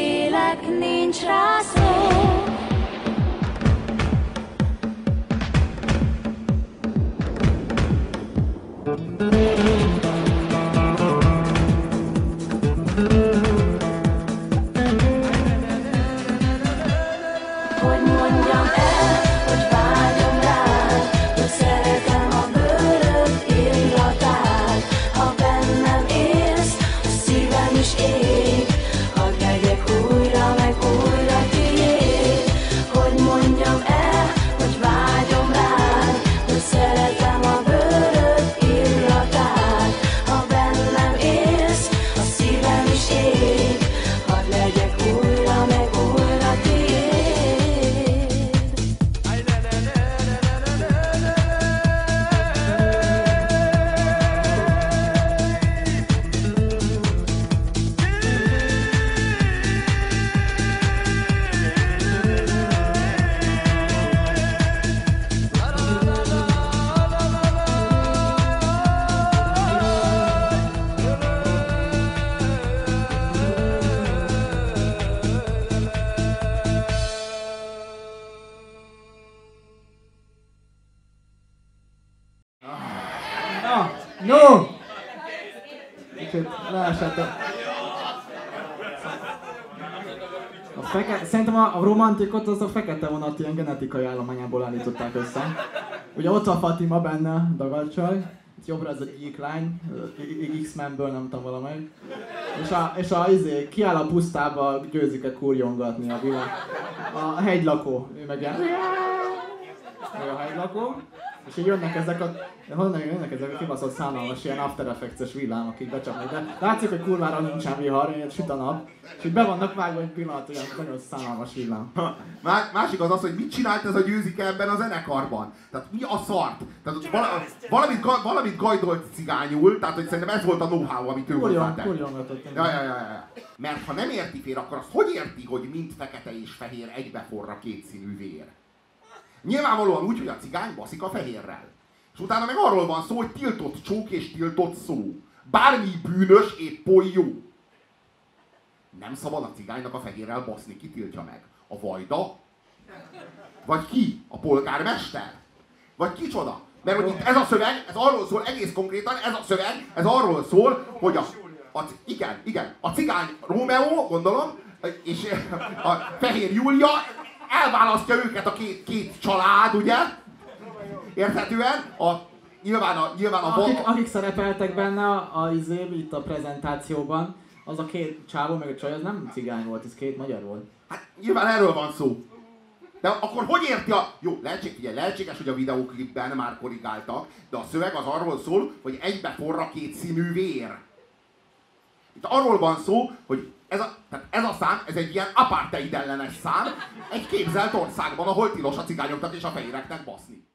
élek, nincs rá szó. Hogy mondjam el, hogy vágyom rád, hogy szeretem a bőröd illatát. Ha bennem élsz, a szívem is ég, hadd legyek újra meg újra tiéd. Hogy mondjam el, hogy vágyom rád, hogy szeretem a bőröd illatát. Ha bennem élsz, a szívem is ég, hadd legyek újra meg újra tiéd. No! Kicsit leesett Szerintem a romantikot az a fekete vonat ilyen genetikai állományából állították össze. Ugye ott van Fatima benne, dagadcsaj, itt jobbra ez a gyík lány, X-Menből, nem tudom valamelyik. És kiáll a pusztába, győzik-e kurjongatni a világ. A hegylakó, ő meg ilyen... Ő a hegylakó. És így jönnek ezek a kibaszott szánalmas ilyen After Effects-es villámok így becsapnak, de látszik, hogy kurvára nincsen vihar, ilyen süt a nap, és így be vannak vágva egy pillanat, olyan nagyon szánalmas villám. Másik az, hogy mit csinált ez a Győzike ebben a zenekarban? Tehát mi a szart? Tehát valamit gajdolt cigányul, tehát hogy szerintem ez volt a know-how, amit ő hozzátek. Kurjongatott. Ja. Mert ha nem érti fél, akkor azt hogy érti, hogy mind fekete és fehér egybeforra kétszínű vér? Nyilvánvalóan úgy, hogy a cigány baszik a fehérrel. És utána meg arról van szó, hogy tiltott csók és tiltott szó. Bármi bűnös, épp oly jó. Nem szabad a cigánynak a fehérrel baszni, ki tiltja meg? A vajda? Vagy ki? A polgármester? Vagy kicsoda? Mert hogy itt ez a szöveg, ez arról szól egész konkrétan, ez a szöveg, ez arról szól, hogy igen, a cigány Rómeó, gondolom, és a fehér Júlia, elválasztja őket a két család, ugye? Érthetően? Nyilván akik szerepeltek benne itt a prezentációban, az a két csávó meg a csaj, az nem cigány volt, ez két magyar volt. Hát nyilván erről van szó. De akkor hogy érti Jó, lehetséges, hogy a videóklipben már korrigáltak, de a szöveg az arról szól, hogy egybeforra kétszínű vér. Itt arról van szó, hogy ez a szám, ez egy ilyen apartheid ellenes szám egy képzelt országban, ahol tilos a cigányoknak és a fehéreknek baszni.